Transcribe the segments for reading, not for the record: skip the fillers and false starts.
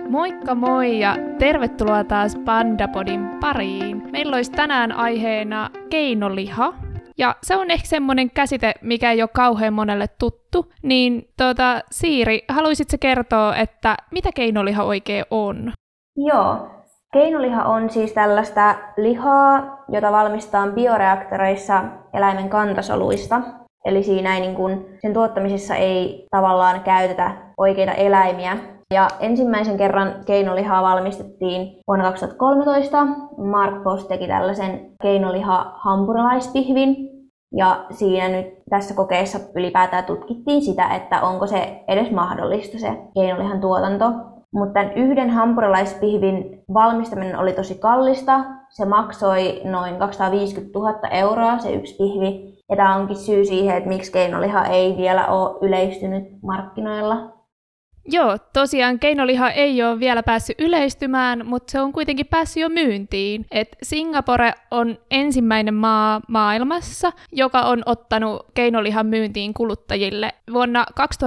Moikka moi ja tervetuloa taas Pandapodin pariin. Meillä olisi tänään aiheena keinoliha. Ja se on ehkä semmoinen käsite, mikä ei ole kauhean monelle tuttu. Niin Siiri, haluaisitko kertoa, että mitä keinoliha oikein on? Joo. Keinoliha on siis tällaista lihaa, jota valmistetaan bioreaktoreissa eläimen kantasoluista. Eli siinä ei, sen tuottamisessa ei tavallaan käytetä oikeita eläimiä. Ja ensimmäisen kerran keinolihaa valmistettiin vuonna 2013. Mark Voss teki tällaisen keinoliha-hampurilaispihvin. Ja siinä nyt tässä kokeessa ylipäätään tutkittiin sitä, että onko se edes mahdollista se keinolihan tuotanto. Mutta tämän yhden hampurilaispihvin valmistaminen oli tosi kallista. Se maksoi noin 250 000 euroa se yksi pihvi. Ja tämä onkin syy siihen, että miksi keinoliha ei vielä ole yleistynyt markkinoilla. Joo, tosiaan keinoliha ei ole vielä päässyt yleistymään, mutta se on kuitenkin päässyt jo myyntiin. Et Singapore on ensimmäinen maa maailmassa, joka on ottanut keinolihan myyntiin kuluttajille. Vuonna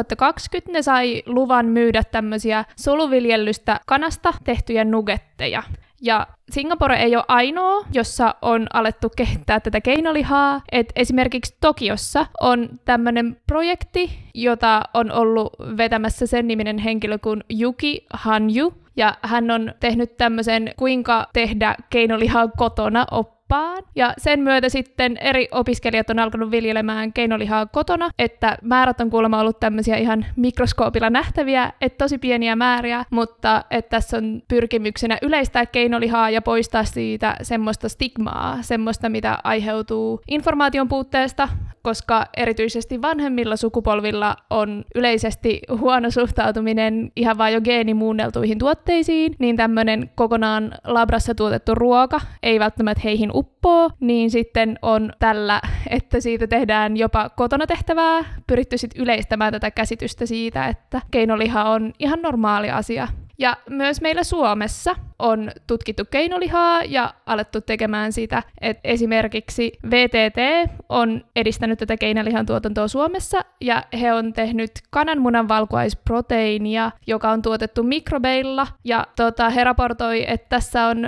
2020 ne sai luvan myydä tämmöisiä soluviljellystä kanasta tehtyjä nuggetteja. Ja Singapore ei ole ainoa, jossa on alettu kehittää tätä keinolihaa. Et esimerkiksi Tokiossa on tämmöinen projekti, jota on ollut vetämässä sen niminen henkilö kuin Yuki Hanyu. Ja hän on tehnyt tämmöisen kuinka tehdä keinolihaa kotona oppaan. Ja sen myötä sitten eri opiskelijat on alkanut viljelemään keinolihaa kotona, että määrät on kuulemma ollut tämmöisiä ihan mikroskoopilla nähtäviä, että tosi pieniä määriä, mutta että tässä on pyrkimyksenä yleistää keinolihaa ja poistaa siitä semmoista stigmaa, semmoista mitä aiheutuu informaation puutteesta, koska erityisesti vanhemmilla sukupolvilla on yleisesti huono suhtautuminen ihan vaan jo geenimuunneltuihin tuotteisiin, niin tämmöinen kokonaan labrassa tuotettu ruoka ei välttämättä heihin uppoo, niin sitten on tällä, että siitä tehdään jopa kotona tehtävää, pyritty sitten yleistämään tätä käsitystä siitä, että keinoliha on ihan normaali asia. Ja myös meillä Suomessa on tutkittu keinolihaa ja alettu tekemään sitä, että esimerkiksi VTT on edistänyt tätä keinolihan tuotantoa Suomessa ja he on tehnyt kananmunan valkuaisproteiinia, joka on tuotettu mikrobeilla ja he raportoi, että tässä on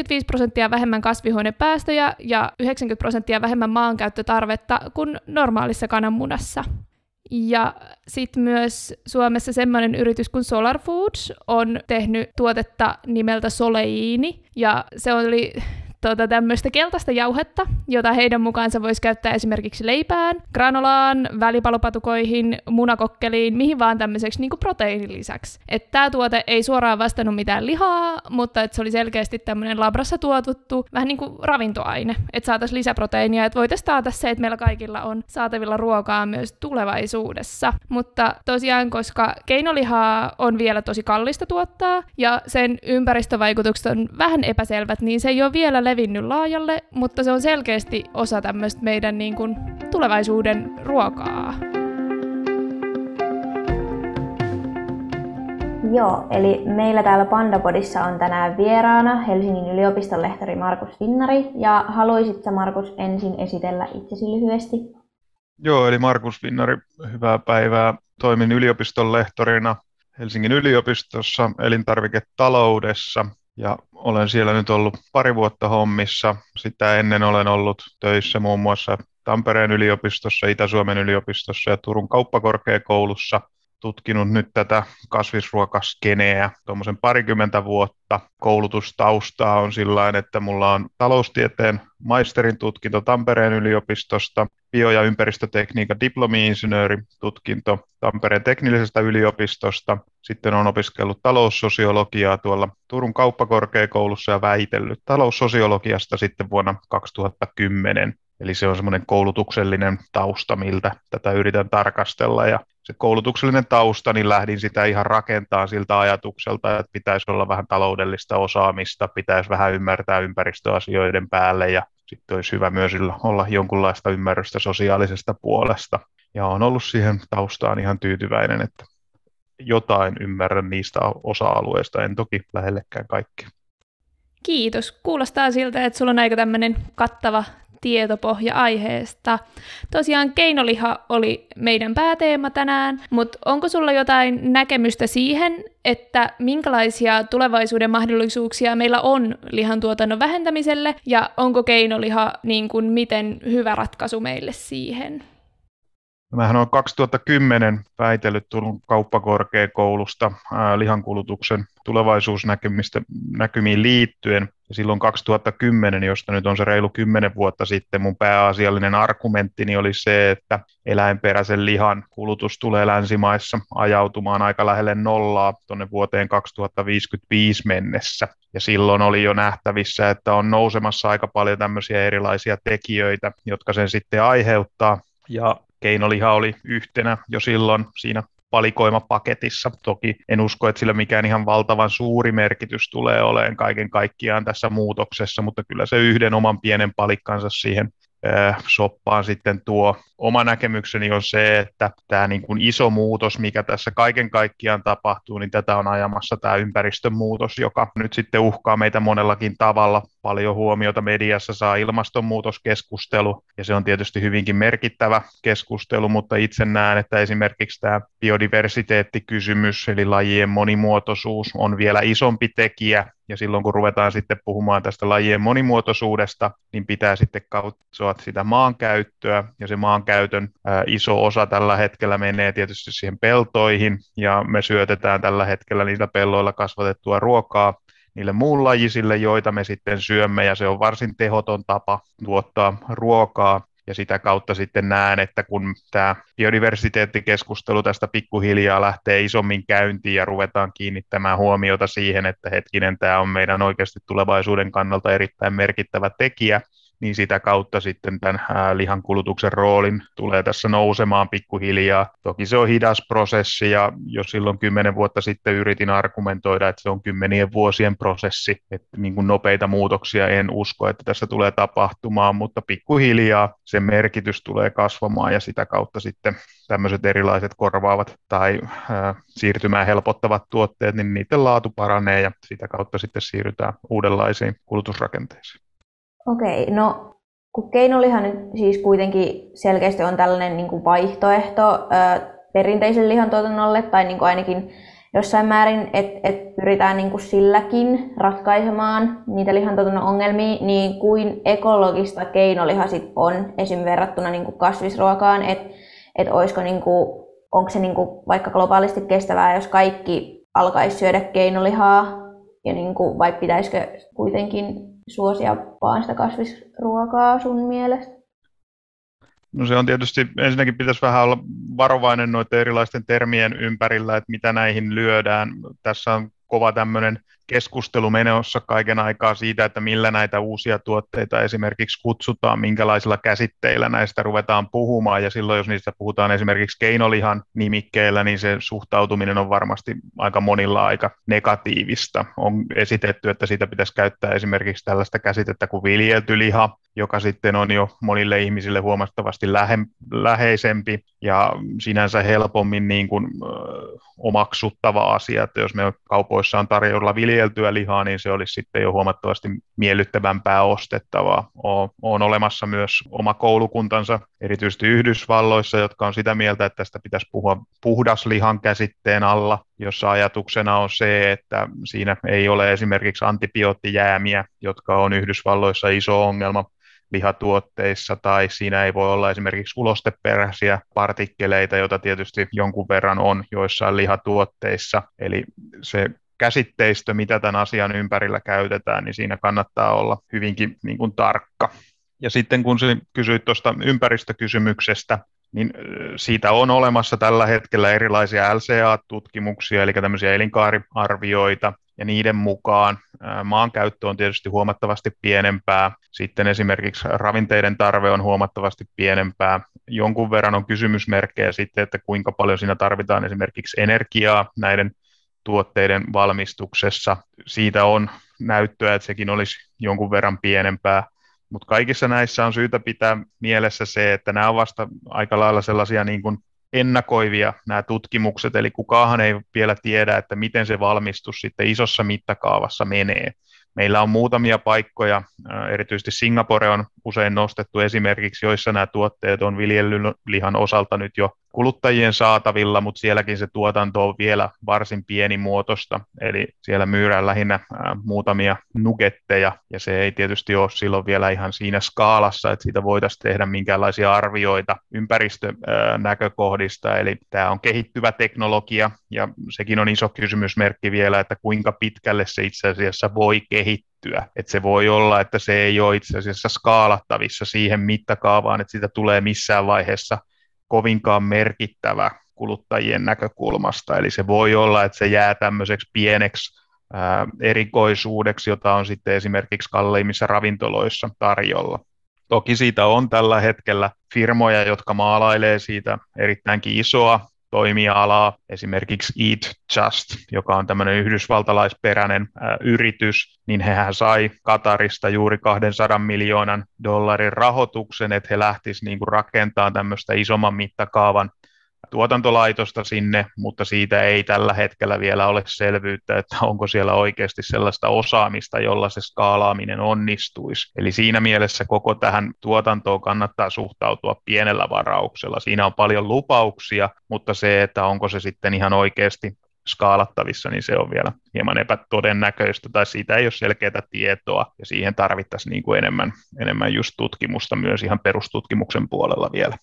75% vähemmän kasvihuonepäästöjä ja 90% vähemmän maankäyttötarvetta kuin normaalissa kananmunassa. Ja sitten myös Suomessa semmoinen yritys kuin Solar Foods on tehnyt tuotetta nimeltä Soleiini, ja se oli tämmöistä keltaista jauhetta, jota heidän mukaansa voisi käyttää esimerkiksi leipään, granolaan, välipalopatukoihin, munakokkeliin, mihin vaan tämmöiseksi niin kuin proteiinin lisäksi. Että tämä tuote ei suoraan vastannut mitään lihaa, mutta että se oli selkeästi tämmöinen labrassa tuotettu vähän niin kuin ravintoaine, että saataisiin lisäproteiinia, että voitaisiin taata se, että meillä kaikilla on saatavilla ruokaa myös tulevaisuudessa. Mutta tosiaan, koska keinolihaa on vielä tosi kallista tuottaa ja sen ympäristövaikutukset on vähän epäselvät, niin se ei ole vielä levinnyt laajalle, mutta se on selkeästi osa tämmöistä meidän niin kuin tulevaisuuden ruokaa. Joo, eli meillä täällä Pandapodissa on tänään vieraana Helsingin yliopiston lehtori Markus Finnari. Ja haluaisitko Markus ensin esitellä itsesi lyhyesti? Joo, eli Markus Finnari, hyvää päivää. Toimin yliopiston lehtorina Helsingin yliopistossa elintarviketaloudessa. Ja olen siellä nyt ollut pari vuotta hommissa. Sitä ennen olen ollut töissä muun muassa Tampereen yliopistossa, Itä-Suomen yliopistossa ja Turun kauppakorkeakoulussa. Tutkinut nyt tätä kasvisruokaskeneä tuommoisen 20 vuotta. Koulutustaustaa on sillain, että mulla on taloustieteen maisterin tutkinto Tampereen yliopistosta, bio- ja ympäristötekniikan diplomi-insinööritutkinto Tampereen teknillisestä yliopistosta. Sitten olen opiskellut taloussosiologiaa tuolla Turun kauppakorkeakoulussa ja väitellyt taloussosiologiasta sitten vuonna 2010. Eli se on semmoinen koulutuksellinen tausta, miltä tätä yritän tarkastella. Ja se koulutuksellinen tausta, niin lähdin sitä ihan rakentamaan siltä ajatukselta, että pitäisi olla vähän taloudellista osaamista, pitäisi vähän ymmärtää ympäristöasioiden päälle ja sitten olisi hyvä myös olla jonkunlaista ymmärrystä sosiaalisesta puolesta. Ja olen ollut siihen taustaan ihan tyytyväinen, että jotain ymmärrän niistä osa-alueista, en toki lähellekään kaikki. Kiitos. Kuulostaa siltä, että sulla on aika tämmöinen kattava tietopohja aiheesta. Tosiaan keinoliha oli meidän pääteema tänään, mutta onko sulla jotain näkemystä siihen, että minkälaisia tulevaisuuden mahdollisuuksia meillä on lihantuotannon vähentämiselle ja onko keinoliha niin kuin miten hyvä ratkaisu meille siihen? Mähän olen 2010 väitellyt Turun kauppakorkeakoulusta lihankulutuksen tulevaisuusnäkymiin liittyen. Ja silloin 2010, josta nyt on se reilu 10 vuotta sitten, mun pääasiallinen argumenttini oli se, että eläinperäisen lihan kulutus tulee länsimaissa ajautumaan aika lähelle nollaa tuonne vuoteen 2055 mennessä. Ja silloin oli jo nähtävissä, että on nousemassa aika paljon tämmöisiä erilaisia tekijöitä, jotka sen sitten aiheuttaa. Ja keinoliha oli yhtenä jo silloin siinä valikoimapaketissa. Toki en usko, että sillä mikään ihan valtavan suuri merkitys tulee olemaan kaiken kaikkiaan tässä muutoksessa, mutta kyllä se yhden oman pienen palikkansa siihen soppaan sitten tuo. Oma näkemykseni on se, että tämä niin kuin iso muutos, mikä tässä kaiken kaikkiaan tapahtuu, niin tätä on ajamassa tämä ympäristönmuutos, joka nyt sitten uhkaa meitä monellakin tavalla. Paljon huomiota mediassa saa ilmastonmuutoskeskustelu, ja se on tietysti hyvinkin merkittävä keskustelu, mutta itse näen, että esimerkiksi tämä biodiversiteettikysymys, eli lajien monimuotoisuus, on vielä isompi tekijä, ja silloin kun ruvetaan sitten puhumaan tästä lajien monimuotoisuudesta, niin pitää sitten katsoa sitä maankäyttöä, ja se maankäytön iso osa tällä hetkellä menee tietysti siihen peltoihin, ja me syötetään tällä hetkellä niillä pelloilla kasvatettua ruokaa niille muunlajisille, joita me sitten syömme, ja se on varsin tehoton tapa tuottaa ruokaa. Ja sitä kautta sitten näen, että kun tämä biodiversiteettikeskustelu tästä pikkuhiljaa lähtee isommin käyntiin ja ruvetaan kiinnittämään huomiota siihen, että hetkinen, tämä on meidän oikeasti tulevaisuuden kannalta erittäin merkittävä tekijä, niin sitä kautta sitten tämän lihankulutuksen roolin tulee tässä nousemaan pikkuhiljaa. Toki se on hidas prosessi ja jo silloin 10 vuotta sitten yritin argumentoida, että se on 10 vuosien prosessi, että niin kuin nopeita muutoksia en usko, että tässä tulee tapahtumaan, mutta pikkuhiljaa se merkitys tulee kasvamaan ja sitä kautta sitten tämmöiset erilaiset korvaavat tai siirtymään helpottavat tuotteet, niin niiden laatu paranee ja sitä kautta sitten siirrytään uudenlaisiin kulutusrakenteisiin. Okei, no kun keinoliha nyt siis kuitenkin selkeästi on tällainen niin kuin vaihtoehto perinteisen lihantuotannolle, tai niin kuin ainakin jossain määrin, että pyritään niin kuin silläkin ratkaisemaan niitä lihantuotannon ongelmia, niin kuin ekologista keinoliha sit on esim. Verrattuna niin kuin kasvisruokaan, että olisiko niin kuin, onko se niin kuin vaikka globaalisti kestävää, jos kaikki alkaisi syödä keinolihaa, ja niin kuin, vai pitäisikö kuitenkin suosia vaan sitä kasvisruokaa sun mielestä? No se on tietysti, ensinnäkin pitäisi vähän olla varovainen noiden erilaisten termien ympärillä, että mitä näihin lyödään. Tässä on kova tämmöinen keskustelu menossa kaiken aikaa siitä, että millä näitä uusia tuotteita esimerkiksi kutsutaan, minkälaisilla käsitteillä näistä ruvetaan puhumaan, ja silloin jos niistä puhutaan esimerkiksi keinolihan nimikkeellä, niin se suhtautuminen on varmasti aika monilla aika negatiivista. On esitetty, että siitä pitäisi käyttää esimerkiksi tällaista käsitettä kuin viljelty liha, joka sitten on jo monille ihmisille huomattavasti läheisempi ja sinänsä helpommin niin kuin omaksuttava asia, että jos me kaupoissa on tarjolla viljeltyä lihaa, niin se olisi sitten jo huomattavasti miellyttävämpää ostettavaa. On olemassa myös oma koulukuntansa, erityisesti Yhdysvalloissa, jotka on sitä mieltä, että tästä pitäisi puhua puhdaslihan käsitteen alla, jossa ajatuksena on se, että siinä ei ole esimerkiksi antibioottijäämiä, jotka on Yhdysvalloissa iso ongelma lihatuotteissa, tai siinä ei voi olla esimerkiksi ulosteperäisiä partikkeleita, joita tietysti jonkun verran on joissain lihatuotteissa. Eli se käsitteistö, mitä tämän asian ympärillä käytetään, niin siinä kannattaa olla hyvinkin niin kuin tarkka. Ja sitten kun kysyit tuosta ympäristökysymyksestä, niin siitä on olemassa tällä hetkellä erilaisia LCA-tutkimuksia, eli tämmöisiä elinkaariarvioita, ja niiden mukaan maankäyttö on tietysti huomattavasti pienempää, sitten esimerkiksi ravinteiden tarve on huomattavasti pienempää, jonkun verran on kysymysmerkkejä sitten, että kuinka paljon siinä tarvitaan esimerkiksi energiaa näiden tuotteiden valmistuksessa. Siitä on näyttöä, että sekin olisi jonkun verran pienempää, mutta kaikissa näissä on syytä pitää mielessä se, että nämä on vasta aika lailla sellaisia niin kuin ennakoivia nämä tutkimukset, eli kukaan ei vielä tiedä, että miten se valmistus sitten isossa mittakaavassa menee. Meillä on muutamia paikkoja, erityisesti Singapore on usein nostettu esimerkiksi, joissa nämä tuotteet on viljelylihan osalta nyt jo kuluttajien saatavilla, mutta sielläkin se tuotanto on vielä varsin pienimuotoista, eli siellä myydään lähinnä muutamia nuggetteja, ja se ei tietysti ole silloin vielä ihan siinä skaalassa, että siitä voitaisiin tehdä minkäänlaisia arvioita ympäristönäkökohdista, eli tämä on kehittyvä teknologia, ja sekin on iso kysymysmerkki vielä, että kuinka pitkälle se itse asiassa voi kehittyä. Että se voi olla, että se ei ole itse asiassa skaalattavissa siihen mittakaavaan, että siitä tulee missään vaiheessa kovinkaan merkittävä kuluttajien näkökulmasta. Eli se voi olla, että se jää tämmöiseksi pieneksi erikoisuudeksi, jota on sitten esimerkiksi kalleimmissa ravintoloissa tarjolla. Toki siitä on tällä hetkellä firmoja, jotka maalailee siitä erittäinkin isoa toimialaa, esimerkiksi Eat Just, joka on tämmöinen yhdysvaltalaisperäinen yritys, niin hehän sai Katarista juuri $200 miljoonan rahoituksen, että he lähtisivät niin kuin rakentamaan tämmöistä isomman mittakaavan tuotantolaitosta sinne, mutta siitä ei tällä hetkellä vielä ole selvyyttä, että onko siellä oikeasti sellaista osaamista, jolla se skaalaaminen onnistuisi. Eli siinä mielessä koko tähän tuotantoon kannattaa suhtautua pienellä varauksella. Siinä on paljon lupauksia, mutta se, että onko se sitten ihan oikeasti skaalattavissa, niin se on vielä hieman epätodennäköistä, tai siitä ei ole selkeää tietoa, ja siihen tarvittaisiin niin kuin enemmän just tutkimusta myös ihan perustutkimuksen puolella vielä.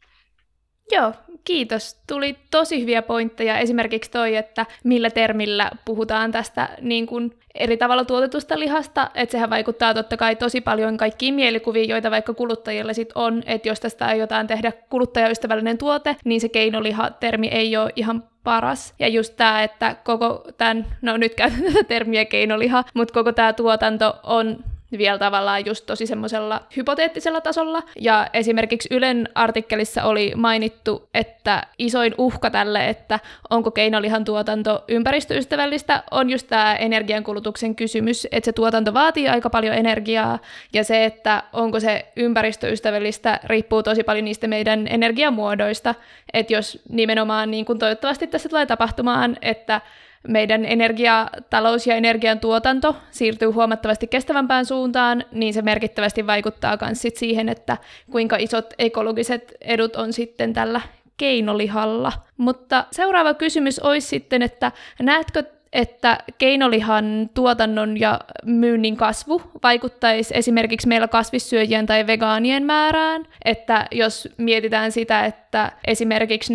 Joo, kiitos. Tuli tosi hyviä pointteja. Esimerkiksi toi, että millä termillä puhutaan tästä niin kuin eri tavalla tuotetusta lihasta, että sehän vaikuttaa totta kai tosi paljon kaikkiin mielikuviin, joita vaikka kuluttajilla sit on, että jos tästä aiotaan tehdä kuluttajaystävällinen tuote, niin se keinoliha-termi ei ole ihan paras. Ja just tämä, että koko tämän, no nyt käytän tätä termiä keinoliha, mutta koko tämä tuotanto on vielä tavallaan just tosi semmoisella hypoteettisella tasolla. Ja esimerkiksi Ylen artikkelissa oli mainittu, että isoin uhka tälle, että onko keinolihan tuotanto ympäristöystävällistä, on just tämä energiankulutuksen kysymys, että se tuotanto vaatii aika paljon energiaa, ja se, että onko se ympäristöystävällistä, riippuu tosi paljon niistä meidän energiamuodoista, että jos nimenomaan, niin kuin toivottavasti tässä tulee tapahtumaan, että meidän energiatalous ja energiantuotanto siirtyy huomattavasti kestävämpään suuntaan, niin se merkittävästi vaikuttaa myös siihen, että kuinka isot ekologiset edut on sitten tällä keinolihalla. Mutta seuraava kysymys olisi sitten, että näetkö, että keinolihan tuotannon ja myynnin kasvu vaikuttaisi esimerkiksi meillä kasvissyöjien tai vegaanien määrään, että jos mietitään sitä, että esimerkiksi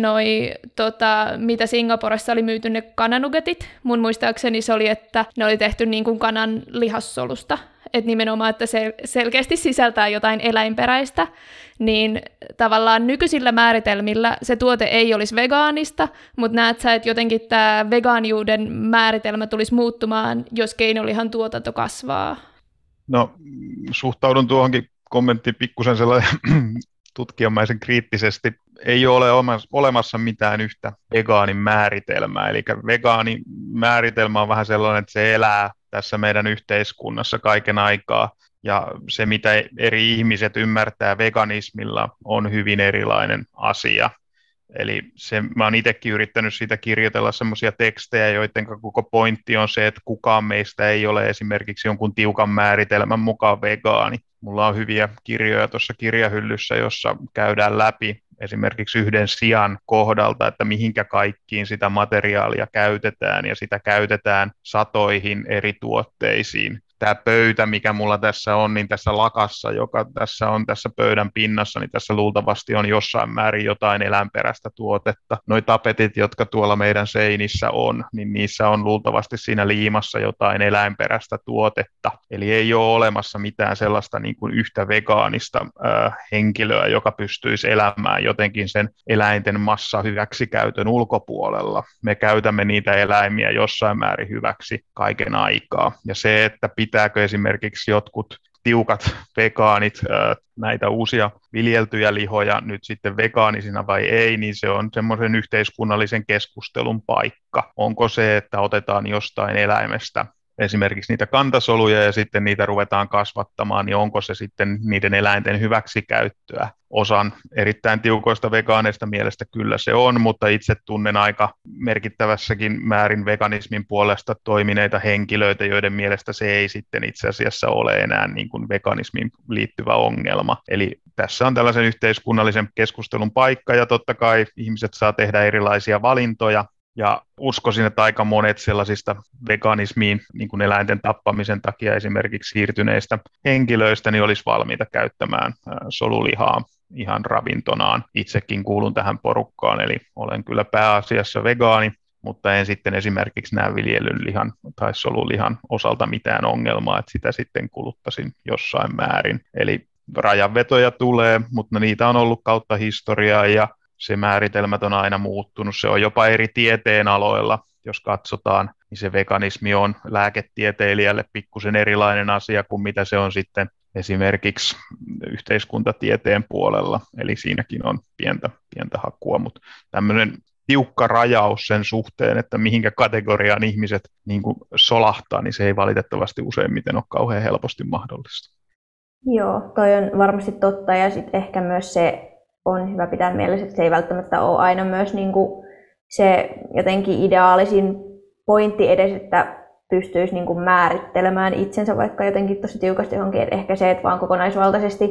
mitä Singaporessa oli myyty ne kananugetit, mun muistaakseni se oli, että ne oli tehty niin kuin kanan lihassolusta, että nimenomaan, että se selkeästi sisältää jotain eläinperäistä, niin tavallaan nykyisillä määritelmillä se tuote ei olisi vegaanista, mutta näet sä, että jotenkin tämä vegaaniuden määritelmä tulisi muuttumaan, jos keinolihan tuotanto kasvaa? No, suhtaudun tuohonkin kommenttiin pikkusen sellainen tutkijamaisen kriittisesti. Ei ole olemassa mitään yhtä vegaanin määritelmää, eli vegaanin määritelmä on vähän sellainen, että se elää tässä meidän yhteiskunnassa kaiken aikaa, ja se, mitä eri ihmiset ymmärtää veganismilla, on hyvin erilainen asia. Eli mä oon itsekin yrittänyt siitä kirjoitella semmoisia tekstejä, joiden koko pointti on se, että kukaan meistä ei ole esimerkiksi jonkun tiukan määritelmän mukaan vegaani. Mulla on hyviä kirjoja tuossa kirjahyllyssä, jossa käydään läpi esimerkiksi yhden sian kohdalta, että mihinkä kaikkiin sitä materiaalia käytetään, ja sitä käytetään satoihin eri tuotteisiin. Tämä pöytä, mikä mulla tässä on, niin tässä lakassa, joka tässä on tässä pöydän pinnassa, niin tässä luultavasti on jossain määrin jotain eläinperäistä tuotetta. Noi tapetit, jotka tuolla meidän seinissä on, niin niissä on luultavasti siinä liimassa jotain eläinperäistä tuotetta. Eli ei ole olemassa mitään sellaista niin kuin yhtä vegaanista henkilöä, joka pystyisi elämään jotenkin sen eläinten massahyväksikäytön ulkopuolella. Me käytämme niitä eläimiä jossain määrin hyväksi kaiken aikaa. Ja se, että pitääkö esimerkiksi jotkut tiukat vegaanit näitä uusia viljeltyjä lihoja nyt sitten vegaanisina vai ei, niin se on semmoisen yhteiskunnallisen keskustelun paikka. Onko se, että otetaan jostain eläimestä esimerkiksi niitä kantasoluja ja sitten niitä ruvetaan kasvattamaan, niin onko se sitten niiden eläinten hyväksikäyttöä? Osan erittäin tiukoista vegaaneista mielestä kyllä se on, mutta itse tunnen aika merkittävässäkin määrin veganismin puolesta toimineita henkilöitä, joiden mielestä se ei sitten itse asiassa ole enää niin kuin veganismiin liittyvä ongelma. Eli tässä on tällaisen yhteiskunnallisen keskustelun paikka ja totta kai ihmiset saa tehdä erilaisia valintoja. Ja uskoisin, että aika monet sellaisista veganismiin niin kuin eläinten tappamisen takia esimerkiksi siirtyneistä henkilöistä niin olisi valmiita käyttämään solulihaa ihan ravintonaan. Itsekin kuulun tähän porukkaan, eli olen kyllä pääasiassa vegaani, mutta en sitten esimerkiksi näe viljelyn lihan tai solulihan osalta mitään ongelmaa, että sitä sitten kuluttaisin jossain määrin. Eli rajanvetoja tulee, mutta niitä on ollut kautta historiaa ja se määritelmät on aina muuttunut. Se on jopa eri tieteen aloilla, jos katsotaan, niin se veganismi on lääketieteilijälle pikkusen erilainen asia kuin mitä se on sitten esimerkiksi yhteiskuntatieteen puolella. Eli siinäkin on pientä hakua, mutta tämmöinen tiukka rajaus sen suhteen, että mihinkä kategoriaan ihmiset niin kuin solahtaa, niin se ei valitettavasti useimmiten ole kauhean helposti mahdollista. Joo, toi on varmasti totta ja sitten ehkä myös se on hyvä pitää mielessä, että se ei välttämättä ole aina myös niinku se jotenkin ideaalisin pointti edes, että pystyisi niinku määrittelemään itsensä vaikka jotenkin tosi tiukasti johonkin. Et ehkä se, että vaan kokonaisvaltaisesti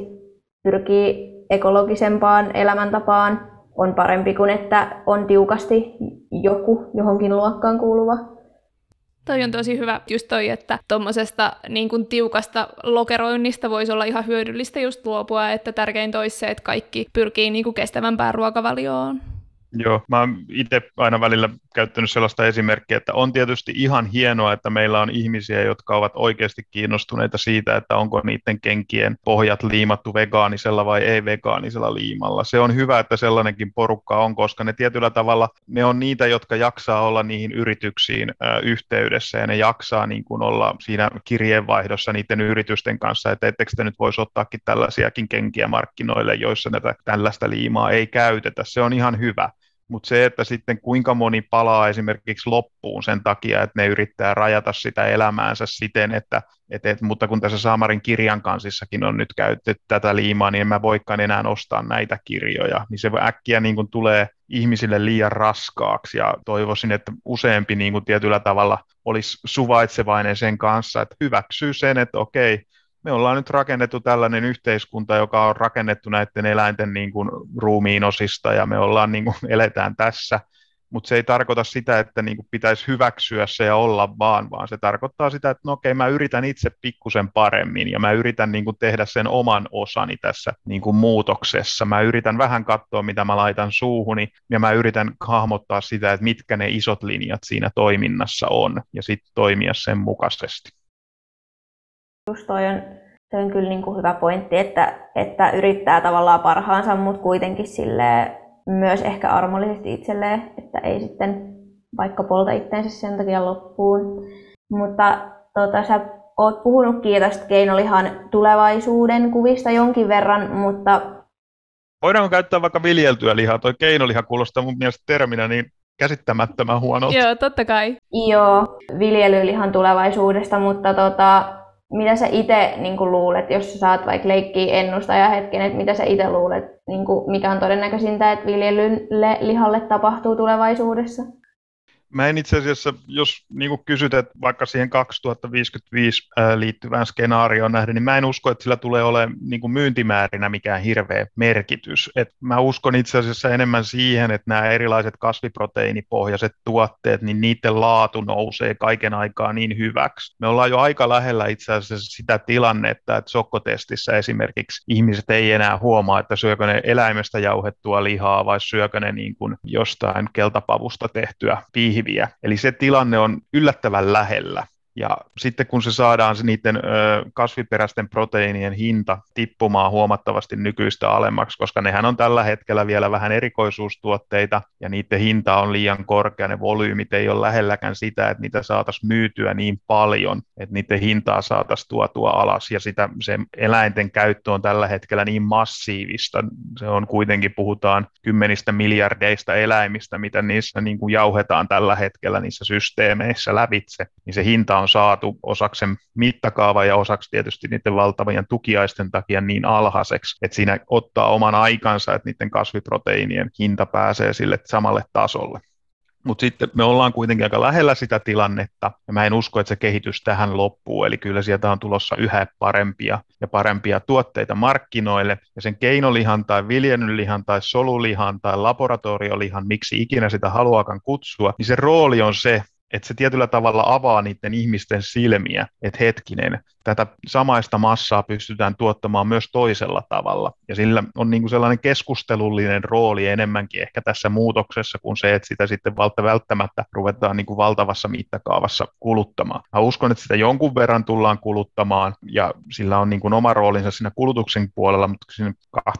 pyrkii ekologisempaan elämäntapaan on parempi kuin että on tiukasti joku johonkin luokkaan kuuluva. Toi on tosi hyvä just toi, että tuommoisesta niin kuin tiukasta lokeroinnista voisi olla ihan hyödyllistä just luopua, että tärkeintä olisi se, että kaikki pyrkii niin kuin kestävämpään ruokavalioon. Joo, mä oon itse aina välillä käyttänyt sellaista esimerkkiä, että on tietysti ihan hienoa, että meillä on ihmisiä, jotka ovat oikeasti kiinnostuneita siitä, että onko niiden kenkien pohjat liimattu vegaanisella vai ei vegaanisella liimalla. Se on hyvä, että sellainenkin porukka on, koska ne tietyllä tavalla, ne on niitä, jotka jaksaa olla niihin yrityksiin yhteydessä ja ne jaksaa niin kuin olla siinä kirjeenvaihdossa niiden yritysten kanssa, että ettekö te nyt voisi ottaakin tällaisiakin kenkiä markkinoille, joissa tällaista liimaa ei käytetä. Se on ihan hyvä. Mutta se, että sitten kuinka moni palaa esimerkiksi loppuun sen takia, että ne yrittää rajata sitä elämäänsä siten, mutta kun tässä Saamarin kirjan kansissakin on nyt käytetty tätä liimaa, niin en mä voikaan enää ostaa näitä kirjoja. Niin se äkkiä niin kuin tulee ihmisille liian raskaaksi ja toivoisin, että useampi niin kuin tietyllä tavalla olisi suvaitsevainen sen kanssa, että hyväksyy sen, että okei, me ollaan nyt rakennettu tällainen yhteiskunta, joka on rakennettu näiden eläinten niin kuin ruumiinosista ja me ollaan niin kuin, eletään tässä, mutta se ei tarkoita sitä, että niin kuin pitäisi hyväksyä se ja olla vaan se tarkoittaa sitä, että no okei, mä yritän itse pikkusen paremmin ja mä yritän niin kuin tehdä sen oman osani tässä niin kuin muutoksessa. Mä yritän vähän katsoa, mitä mä laitan suuhuni ja mä yritän hahmottaa sitä, että mitkä ne isot linjat siinä toiminnassa on ja sitten toimia sen mukaisesti. Just toi on kyllä niin kuin hyvä pointti, että yrittää tavallaan parhaansa, mutta kuitenkin myös ehkä armollisesti itselleen, että ei sitten vaikka polta itseensä sen takia loppuun. Mutta sä oot puhunutkin tästä keinolihan tulevaisuuden kuvista jonkin verran, mutta... Voidaanko käyttää vaikka viljeltyä lihaa? Toi keinoliha kuulostaa mun mielestä terminä niin käsittämättömän huonolta. Joo, totta kai. Joo, viljelylihan tulevaisuudesta, mutta mitä sä itse niin luulet, jos sä saat vaikka leikkiä ennustaja hetken, että mitä sä itse luulet, niin mikä on todennäköisintä, että viljelylle lihalle tapahtuu tulevaisuudessa? Mä en itse asiassa, jos niin kysyt, että vaikka siihen 2055 liittyvään skenaarioon nähden, niin mä en usko, että sillä tulee olemaan niin myyntimäärinä mikään hirveä merkitys. Et mä uskon itse asiassa enemmän siihen, että nämä erilaiset kasviproteiinipohjaiset tuotteet, niin niiden laatu nousee kaiken aikaa niin hyväksi. Me ollaan jo aika lähellä itse asiassa sitä tilannetta, että sokkotestissä esimerkiksi ihmiset ei enää huomaa, että syökö ne eläimestä jauhettua lihaa vai syökö ne niin kuin jostain keltapavusta tehtyä piihiviä. Eli se tilanne on yllättävän lähellä. Ja sitten kun se saadaan niiden kasviperäisten proteiinien hinta tippumaan huomattavasti nykyistä alemmaksi, koska nehän on tällä hetkellä vielä vähän erikoisuustuotteita ja niiden hinta on liian korkea, ne volyymit ei ole lähelläkään sitä, että niitä saataisiin myytyä niin paljon, että niiden hintaa saataisiin tuotua alas ja se eläinten käyttö on tällä hetkellä niin massiivista, se on kuitenkin puhutaan 10 miljardeista eläimistä, mitä niissä niin kuin jauhetaan tällä hetkellä niissä systeemeissä lävitse, niin se hinta on on saatu osaksi sen mittakaava ja osaksi tietysti niiden valtavien tukiaisten takia niin alhaiseksi, että siinä ottaa oman aikansa, että niiden kasviproteiinien hinta pääsee sille samalle tasolle. Mutta sitten me ollaan kuitenkin aika lähellä sitä tilannetta, ja mä en usko, että se kehitys tähän loppuu, eli kyllä sieltä on tulossa yhä parempia ja parempia tuotteita markkinoille, ja sen keinolihan tai viljelylihan tai solulihan tai laboratoriolihan, miksi ikinä sitä haluakaan kutsua, niin se rooli on se, että se tietyllä tavalla avaa niiden ihmisten silmiä, että hetkinen, tätä samaista massaa pystytään tuottamaan myös toisella tavalla. Ja sillä on niin kuin sellainen keskustelullinen rooli enemmänkin ehkä tässä muutoksessa kuin se, että sitä sitten välttämättä ruvetaan niin kuin valtavassa mittakaavassa kuluttamaan. Mä uskon, että sitä jonkun verran tullaan kuluttamaan ja sillä on niin kuin oma roolinsa siinä kulutuksen puolella, mutta siinä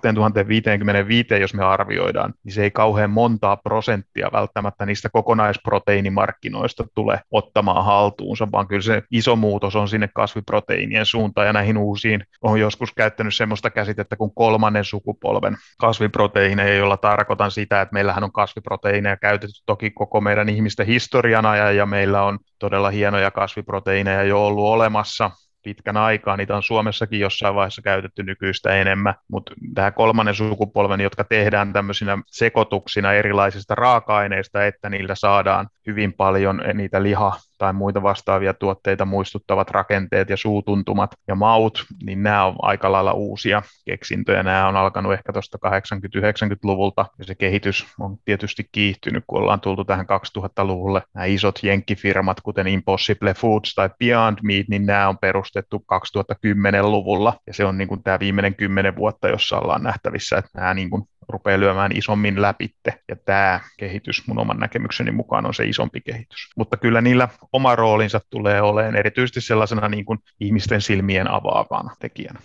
2055, jos me arvioidaan, niin se ei kauhean montaa prosenttia välttämättä niistä kokonaisproteiinimarkkinoista tule ottamaan haltuunsa, vaan kyllä se iso muutos on sinne kasviproteiinien suuntaan ja näihin uusiin. Olen joskus käyttänyt semmoista käsitettä kuin kolmannen sukupolven kasviproteiineja, jolla tarkoitan sitä, että meillähän on kasviproteiineja käytetty toki koko meidän ihmisten historian ajan ja meillä on todella hienoja kasviproteiineja jo ollut olemassa pitkän aikaa, niitä on Suomessakin jossain vaiheessa käytetty nykyistä enemmän, mutta tämä kolmannen sukupolven, jotka tehdään tämmöisinä sekoituksina erilaisista raaka-aineista, että niillä saadaan hyvin paljon niitä tai muita vastaavia tuotteita muistuttavat rakenteet ja suutuntumat ja maut, niin nämä on aika lailla uusia keksintöjä. Nämä on alkanut ehkä tuosta 80-90-luvulta ja se kehitys on tietysti kiihtynyt, kun ollaan tultu tähän 2000-luvulle. Nämä isot jenkkifirmat, kuten Impossible Foods tai Beyond Meat, niin nämä on perustettu 2010-luvulla ja se on niin kuin tämä viimeinen 10 vuotta, jossa ollaan nähtävissä, että nämä niin kuin rupeaa lyömään isommin läpitte, ja tämä kehitys mun oman näkemykseni mukaan on se isompi kehitys. Mutta kyllä niillä oma roolinsa tulee olemaan erityisesti sellaisena niin kuin ihmisten silmien avaavana tekijänä.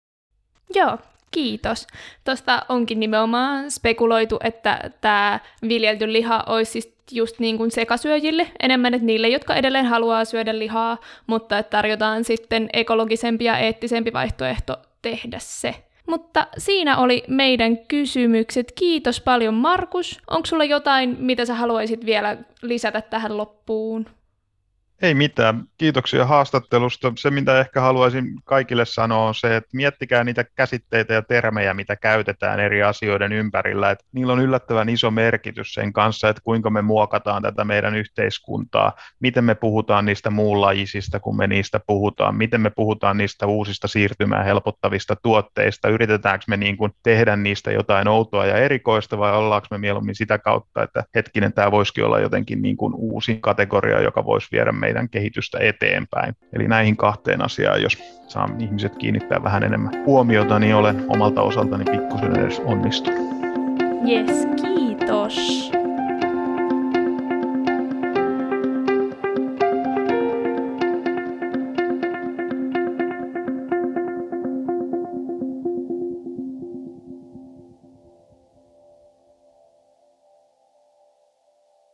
Joo, kiitos. Tuosta onkin nimenomaan spekuloitu, että tämä viljelty liha olisi siis just niin kuin sekasyöjille enemmän, että niille, jotka edelleen haluaa syödä lihaa, mutta että tarjotaan sitten ekologisempi ja eettisempi vaihtoehto tehdä se. Mutta siinä oli meidän kysymykset. Kiitos paljon, Markus. Onko sulla jotain, mitä sä haluaisit vielä lisätä tähän loppuun? Ei mitään. Kiitoksia haastattelusta. Se, mitä ehkä haluaisin kaikille sanoa, on se, että miettikää niitä käsitteitä ja termejä, mitä käytetään eri asioiden ympärillä. Että niillä on yllättävän iso merkitys sen kanssa, että kuinka me muokataan tätä meidän yhteiskuntaa, miten me puhutaan niistä muunlajisista, kun me niistä puhutaan, miten me puhutaan niistä uusista siirtymää helpottavista tuotteista, yritetäänkö me niin kuin tehdä niistä jotain outoa ja erikoista, vai ollaanko me mieluummin sitä kautta, että hetkinen, tämä voisikin olla jotenkin niin kuin uusi kategoria, joka voisi viedä meidän kehitystä eteenpäin. Eli näihin kahteen asiaan, jos saan ihmiset kiinnittää vähän enemmän huomiota, niin olen omalta osaltani pikkusen edes onnistunut. Jes, kiitos.